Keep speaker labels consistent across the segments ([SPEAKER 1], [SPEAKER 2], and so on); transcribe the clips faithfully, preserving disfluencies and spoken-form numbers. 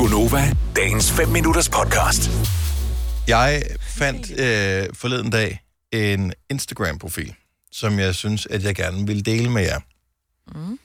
[SPEAKER 1] Gunova, dagens fem minutters podcast.
[SPEAKER 2] Jeg fandt øh, forleden dag en Instagram-profil, som jeg synes, at jeg gerne vil dele med jer. Mm.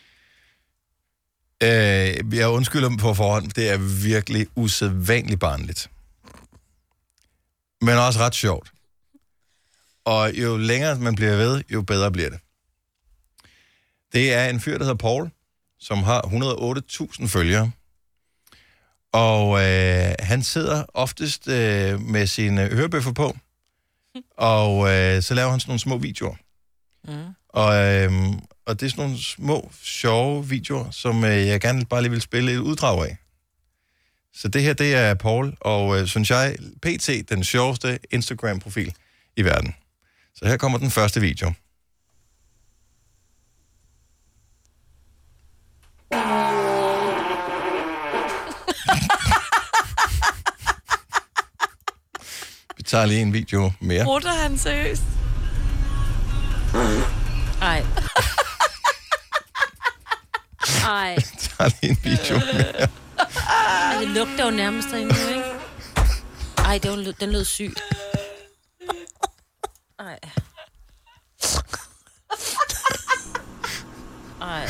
[SPEAKER 2] Øh, jeg undskylder på forhånd, det er virkelig usædvanligt barnligt. Men også ret sjovt. Og jo længere man bliver ved, jo bedre bliver det. Det er en fyr, der hedder Paul, som har et hundrede og otte tusind følgere. Og øh, han sidder oftest øh, med sine hørebøffer på, og øh, så laver han sådan nogle små videoer. Mm. Og, øh, og det er sådan nogle små, sjove videoer, som øh, jeg gerne bare lige vil spille et uddrag af. Så det her, det er Paul, og øh, synes jeg, P T, den sjoveste Instagram-profil i verden. Så her kommer den første video. Vi tager lige en video mere.
[SPEAKER 3] Brutter han seriøst?
[SPEAKER 4] Ej. Ej.
[SPEAKER 2] Vi tager lige en video mere.
[SPEAKER 4] Men det lugter jo nærmest derinde nu, ikke? Ej, det var, den lød syg. Ej. Ej.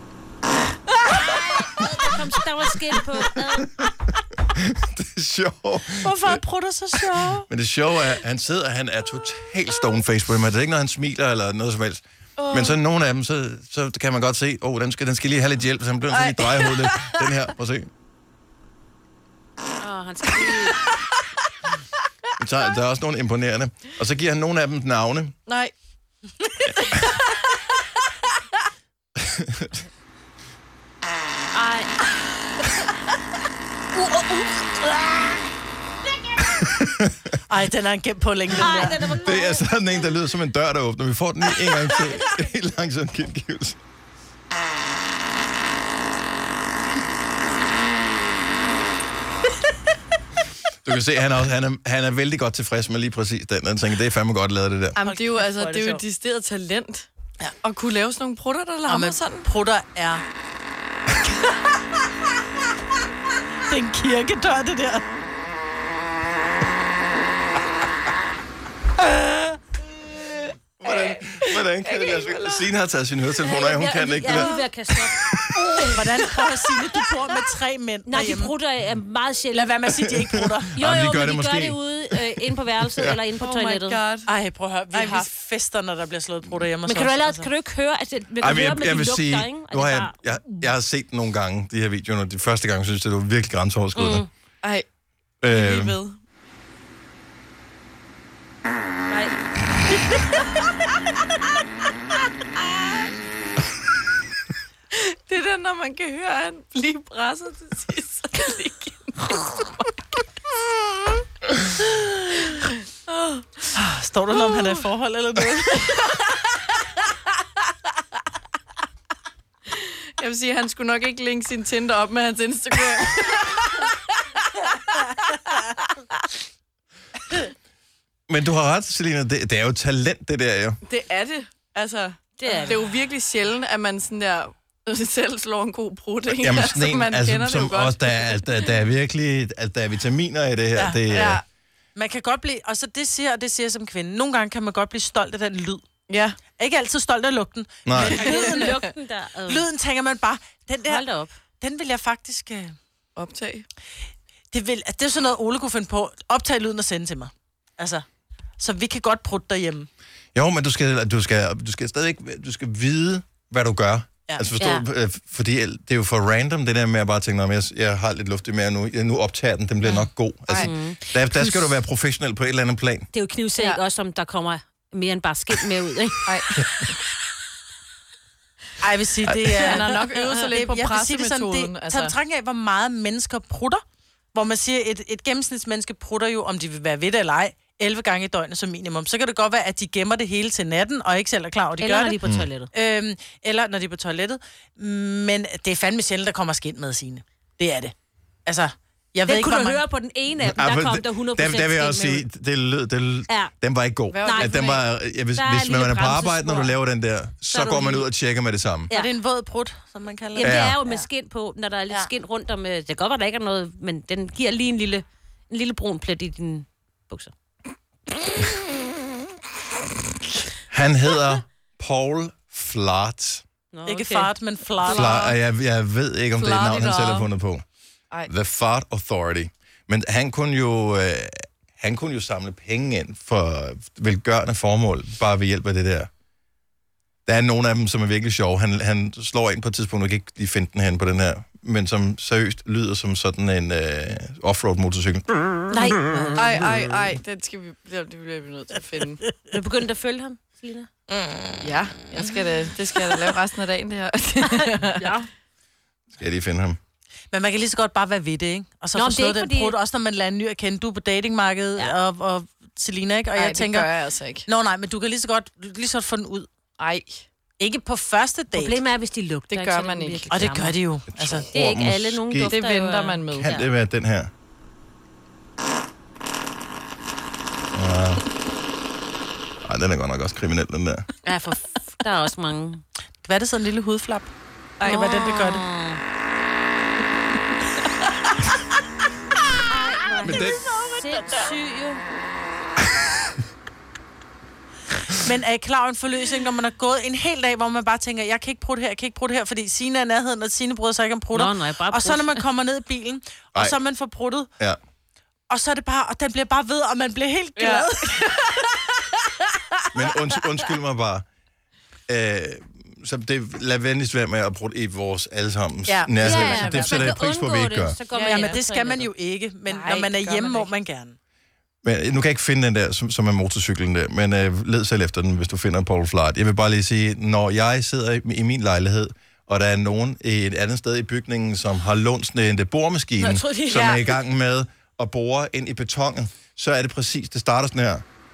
[SPEAKER 4] Der kom der var skilt på.
[SPEAKER 2] Det er sjovt.
[SPEAKER 3] Hvorfor er Brutter så sjov?
[SPEAKER 2] Men det sjove er, at han sidder, han er totalt stoneface på dem. Det er ikke, når han smiler eller noget som helst. Oh. Men så nogle af dem, så, så kan man godt se, åh, oh, den, skal, den skal lige have lidt hjælp, så han bliver lige dreje hovedet lidt. Den her, prøv at se.
[SPEAKER 4] Åh, oh, han skal lige...
[SPEAKER 2] Tager, der er også nogle imponerende. Og så giver han nogle af dem navne.
[SPEAKER 3] Nej.
[SPEAKER 4] Ej.
[SPEAKER 3] Ej, den er en gemt på længe, den
[SPEAKER 4] Ej,
[SPEAKER 3] der.
[SPEAKER 4] den er
[SPEAKER 2] Det er sådan en, der lyder som en dør, der åbner. Vi får den lige en gang til. Helt langsomt gengivelse. Du kan se, at han er, han, er, han er vældig godt tilfreds med lige præcis den. Han tænker, det er fandme godt lavet, det der.
[SPEAKER 3] Jamen, det er jo, altså, det er jo et decideret talent. Ja. At kunne lave sådan nogle prutter, der larmer
[SPEAKER 5] Jamen,
[SPEAKER 3] sådan.
[SPEAKER 5] Prutter er...
[SPEAKER 3] Det er en kirkedør, det der.
[SPEAKER 2] Hvordan, hvordan kan det lade sig? Signe har taget sin høretelefoner af, hun kan ikke det
[SPEAKER 4] Jeg er
[SPEAKER 2] der.
[SPEAKER 4] lige ved at kaste op.
[SPEAKER 5] Hvordan prøver Signe, du bor med tre mænd
[SPEAKER 4] Nej, de
[SPEAKER 5] derhjemme?
[SPEAKER 4] prutter er meget sjældent.
[SPEAKER 5] Lad være med at sige, at de ikke prutter.
[SPEAKER 4] Jo,
[SPEAKER 2] Jamen, de
[SPEAKER 4] jo,
[SPEAKER 2] gør
[SPEAKER 4] men
[SPEAKER 2] det
[SPEAKER 4] de
[SPEAKER 2] måske.
[SPEAKER 4] gør det ude øh, inde på værelset ja. eller inde på
[SPEAKER 3] Oh
[SPEAKER 4] toilettet.
[SPEAKER 3] my god.
[SPEAKER 5] Ej, prøv at høre, vi
[SPEAKER 3] Ej,
[SPEAKER 5] har
[SPEAKER 3] vi-
[SPEAKER 5] fester, når der bliver slået prutter hjemme hos
[SPEAKER 4] Men kan du,
[SPEAKER 5] os,
[SPEAKER 4] allerede,
[SPEAKER 5] altså.
[SPEAKER 4] kan du ikke høre, at det, man kan
[SPEAKER 2] Ej, men
[SPEAKER 4] høre,
[SPEAKER 2] jeg,
[SPEAKER 4] med
[SPEAKER 2] jeg
[SPEAKER 4] de
[SPEAKER 2] vil
[SPEAKER 4] lugter,
[SPEAKER 2] sige,
[SPEAKER 4] ikke? Og
[SPEAKER 2] nu har
[SPEAKER 4] det er
[SPEAKER 2] jeg,
[SPEAKER 4] bare-
[SPEAKER 2] jeg, jeg har set nogle gange de her videoer, og de første gang synes jeg, det var virkelig grænseoverskridende. Mm.
[SPEAKER 3] Ej,
[SPEAKER 2] Øh,
[SPEAKER 3] lige ved.
[SPEAKER 4] Nej.
[SPEAKER 3] Det er den, når man kan høre, at han bliver presset til sidst. Så kan det ikke.
[SPEAKER 5] Står der noget, om han er i forhold eller noget?
[SPEAKER 3] Jeg vil sige, at han skulle nok ikke linke sin Tinder op med hans Instagram.
[SPEAKER 2] men du har ret, Selina. Det, det er jo talent, det der jo.
[SPEAKER 3] Det er det. Altså,
[SPEAKER 4] Det er
[SPEAKER 3] det er jo virkelig sjældent, at man sådan der selv slår en god brud, ikke?
[SPEAKER 2] Jamen
[SPEAKER 3] Altså,
[SPEAKER 2] sådan en,
[SPEAKER 3] man
[SPEAKER 2] altså,
[SPEAKER 3] kender det
[SPEAKER 2] som
[SPEAKER 3] jo godt.
[SPEAKER 2] også, der, er, der, der er virkelig, altså, der er vitaminer i det her.
[SPEAKER 5] Ja,
[SPEAKER 2] det,
[SPEAKER 3] Ja,
[SPEAKER 5] Man kan godt blive, og så det siger, og det siger jeg som kvinde, nogle gange kan man godt blive stolt af den lyd.
[SPEAKER 3] ja.
[SPEAKER 5] Ikke altid stolt af lugten.
[SPEAKER 2] Nej.
[SPEAKER 4] Lyden, lugten der. Øh.
[SPEAKER 5] Lyden tænker man bare, den
[SPEAKER 4] Hold
[SPEAKER 5] der,
[SPEAKER 4] da op.
[SPEAKER 5] den vil jeg faktisk... Øh,
[SPEAKER 3] Optag.
[SPEAKER 5] det, vil, det er sådan noget, Ole kunne finde på. Optag lyden og sende til mig. Altså, så vi kan godt prutte derhjemme.
[SPEAKER 2] Jo, men du skal, du skal, du skal stadig du skal vide, hvad du gør.
[SPEAKER 5] Ja.
[SPEAKER 2] Altså forstå,
[SPEAKER 4] Ja.
[SPEAKER 2] øh, fordi det er jo for random, det der med at bare tænke, "Nå, jeg, jeg har lidt luft i mere nu, jeg, nu optager den, den bliver nok god. Altså, der, der skal du være professionel på et eller andet plan.
[SPEAKER 4] Det er jo knivsæk ja.
[SPEAKER 3] Ja.
[SPEAKER 4] også, om der kommer mere end bare skidt med ud, ikke?
[SPEAKER 3] Ej.
[SPEAKER 5] Ej, jeg vil sige, det er...
[SPEAKER 3] Han har nok øvet sig lidt på
[SPEAKER 5] Jeg vil sige det sådan,
[SPEAKER 3] pressemetoden.
[SPEAKER 5] det,
[SPEAKER 3] Altså.
[SPEAKER 5] tag betragtning af, hvor meget mennesker prutter. Hvor man siger, et, et gennemsnitsmenneske prutter jo, om de vil være ved det eller ej, elleve gange i døgnet som minimum. Så kan det godt være, at de gemmer det hele til natten, og ikke selv er klar over, at de
[SPEAKER 4] Eller
[SPEAKER 5] gør
[SPEAKER 4] når de
[SPEAKER 5] det.
[SPEAKER 4] er på toilettet.
[SPEAKER 5] Øhm, eller når de er på toilettet. Men det er fandme sjældent, der kommer skind med sine. Det er det. Altså, Jeg ved
[SPEAKER 4] Den
[SPEAKER 5] ikke,
[SPEAKER 4] kunne
[SPEAKER 5] hvor
[SPEAKER 4] du
[SPEAKER 5] man...
[SPEAKER 4] høre på den ene af dem,
[SPEAKER 2] Ja,
[SPEAKER 4] der
[SPEAKER 2] for
[SPEAKER 4] kom
[SPEAKER 2] det-
[SPEAKER 4] der hundrede
[SPEAKER 2] Der,
[SPEAKER 4] procent
[SPEAKER 2] der vil jeg også sige, det lød, det,
[SPEAKER 4] Ja.
[SPEAKER 2] den var ikke god.
[SPEAKER 3] Hvad var
[SPEAKER 2] Ja,
[SPEAKER 3] det
[SPEAKER 2] den
[SPEAKER 3] for
[SPEAKER 2] var, ja, hvis,
[SPEAKER 4] Der er en
[SPEAKER 2] hvis man
[SPEAKER 4] lille
[SPEAKER 2] er på arbejde, når du
[SPEAKER 4] bremsespor.
[SPEAKER 2] laver den der, så
[SPEAKER 4] er der
[SPEAKER 2] går man
[SPEAKER 4] lige-
[SPEAKER 2] ud og tjekker med det samme.
[SPEAKER 5] Ja. Er det en våd prut, som man kalder det?
[SPEAKER 4] Jamen, det
[SPEAKER 2] Ja.
[SPEAKER 4] er jo med skind på, når der er lidt
[SPEAKER 5] Ja.
[SPEAKER 4] skind rundt om... øh, Det kan godt være, der ikke er noget, men den giver lige en lille, en lille brun plet i dine bukser.
[SPEAKER 2] Han hedder Paul Flart.
[SPEAKER 4] Nå,
[SPEAKER 5] Ikke fart, men flart.
[SPEAKER 2] Flart, og jeg, jeg ved ikke, om det er et navn, han selv har
[SPEAKER 3] Flart.
[SPEAKER 2] fundet på.
[SPEAKER 3] Ej.
[SPEAKER 2] The Fart Authority. Men han kunne jo, øh, han kunne jo samle penge ind for velgørende formål, bare ved hjælp af det der. Der er nogle af dem, som er virkelig sjove. Han, han slår ind på et tidspunkt, jeg kan ikke lige finde den hen på den her, men som seriøst lyder som sådan en øh, offroad motorcykel.
[SPEAKER 4] Nej,
[SPEAKER 3] Ej, ej, ej, den skal vi, det bliver vi nødt til at finde.
[SPEAKER 4] er du begyndt at følge ham, Selina?
[SPEAKER 3] Ja, jeg skal da, det skal jeg da lave resten af dagen, det her.
[SPEAKER 4] Ja.
[SPEAKER 2] Skal jeg lige finde ham?
[SPEAKER 5] Men man kan lige så godt bare være ved det, ikke? Og så
[SPEAKER 4] Nå,
[SPEAKER 5] Nå,
[SPEAKER 4] men det er
[SPEAKER 5] forstå
[SPEAKER 4] ikke
[SPEAKER 5] den
[SPEAKER 4] fordi-
[SPEAKER 5] prut, også når man lader en ny at kende. Du er på datingmarkedet,
[SPEAKER 4] Ja.
[SPEAKER 5] ja. og, og Selina, ikke? Og
[SPEAKER 3] Ej,
[SPEAKER 5] jeg
[SPEAKER 3] det
[SPEAKER 5] tænker,
[SPEAKER 3] gør jeg altså ikke.
[SPEAKER 5] nå nej, men du kan lige så godt, lige så godt få den ud.
[SPEAKER 3] Ej,
[SPEAKER 5] Ikke på første date.
[SPEAKER 4] Problemet er, hvis de lugter.
[SPEAKER 3] Det
[SPEAKER 4] ikke,
[SPEAKER 3] gør
[SPEAKER 4] så er
[SPEAKER 3] man
[SPEAKER 4] den
[SPEAKER 3] ikke.
[SPEAKER 4] virkelig
[SPEAKER 5] Og det
[SPEAKER 4] klammer.
[SPEAKER 5] gør de jo. Altså,
[SPEAKER 4] Det er ikke alle. Nogen
[SPEAKER 2] Måske-
[SPEAKER 4] dufter
[SPEAKER 3] det
[SPEAKER 4] jo
[SPEAKER 3] venter
[SPEAKER 4] af-
[SPEAKER 3] man med.
[SPEAKER 2] Kan
[SPEAKER 4] Ja.
[SPEAKER 2] det være den her? Ej, den er godt nok også kriminel, den der.
[SPEAKER 4] Ja, for f- der er også mange.
[SPEAKER 5] hvad er det sådan en lille hudflap?
[SPEAKER 3] Ej,
[SPEAKER 5] Det var den, der gør det.
[SPEAKER 2] Men den,
[SPEAKER 4] Sindssyg jo.
[SPEAKER 5] Men er I klar over en forløsning, når man har gået en hel dag, hvor man bare tænker, jeg kan ikke prutte her, jeg kan ikke prutte her, fordi Signe er i nærheden, og Signe bryder sig ikke om prutter.
[SPEAKER 4] Nå, nej, bare
[SPEAKER 5] og så
[SPEAKER 4] prut.
[SPEAKER 5] når man kommer ned i bilen, og
[SPEAKER 2] Ej.
[SPEAKER 5] så er man får pruttet,
[SPEAKER 2] ja.
[SPEAKER 5] og så er det bare, og den bliver bare ved, og man bliver helt glad.
[SPEAKER 2] Men und, undskyld mig bare. Øh, så det, lad venligst være med at bruge i vores allesammens
[SPEAKER 5] Ja.
[SPEAKER 2] nærhed.
[SPEAKER 5] Ja, ja, ja.
[SPEAKER 2] Det sætter jeg pris på, at vi ikke gør.
[SPEAKER 4] Så går
[SPEAKER 5] Ja,
[SPEAKER 4] man
[SPEAKER 5] ja,
[SPEAKER 4] hjem
[SPEAKER 5] men
[SPEAKER 4] på
[SPEAKER 5] det skal man
[SPEAKER 4] toilettet.
[SPEAKER 5] jo ikke. Men
[SPEAKER 3] Nej,
[SPEAKER 5] når man er
[SPEAKER 3] det gør
[SPEAKER 5] hjemme,
[SPEAKER 3] man
[SPEAKER 5] må
[SPEAKER 3] ikke.
[SPEAKER 5] man gerne.
[SPEAKER 2] Men nu kan jeg ikke finde den der, som, som er motorcyklen der, men øh, led selv efter den, hvis du finder Paul Flart. Jeg vil bare lige sige, når jeg sidder i, i min lejlighed, og der er nogen i et andet sted i bygningen, som har lånt sådan en boremaskine,
[SPEAKER 4] Nå, jeg troede, de-
[SPEAKER 2] som
[SPEAKER 4] ja.
[SPEAKER 2] er i gang med at bore ind i betongen, så er det præcis, det starter sådan her.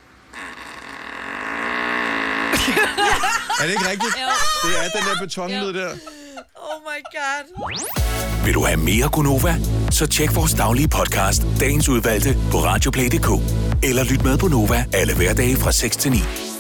[SPEAKER 2] Er det ikke rigtigt?
[SPEAKER 4] Jo.
[SPEAKER 2] Det er den der betonlyd der.
[SPEAKER 3] Oh my god.
[SPEAKER 1] Vil du have mere Gunova? Så tjek vores daglige podcast, dagens udvalgte, på radioplay punktum d k. Eller lyt med på Nova alle hverdage fra seks til ni.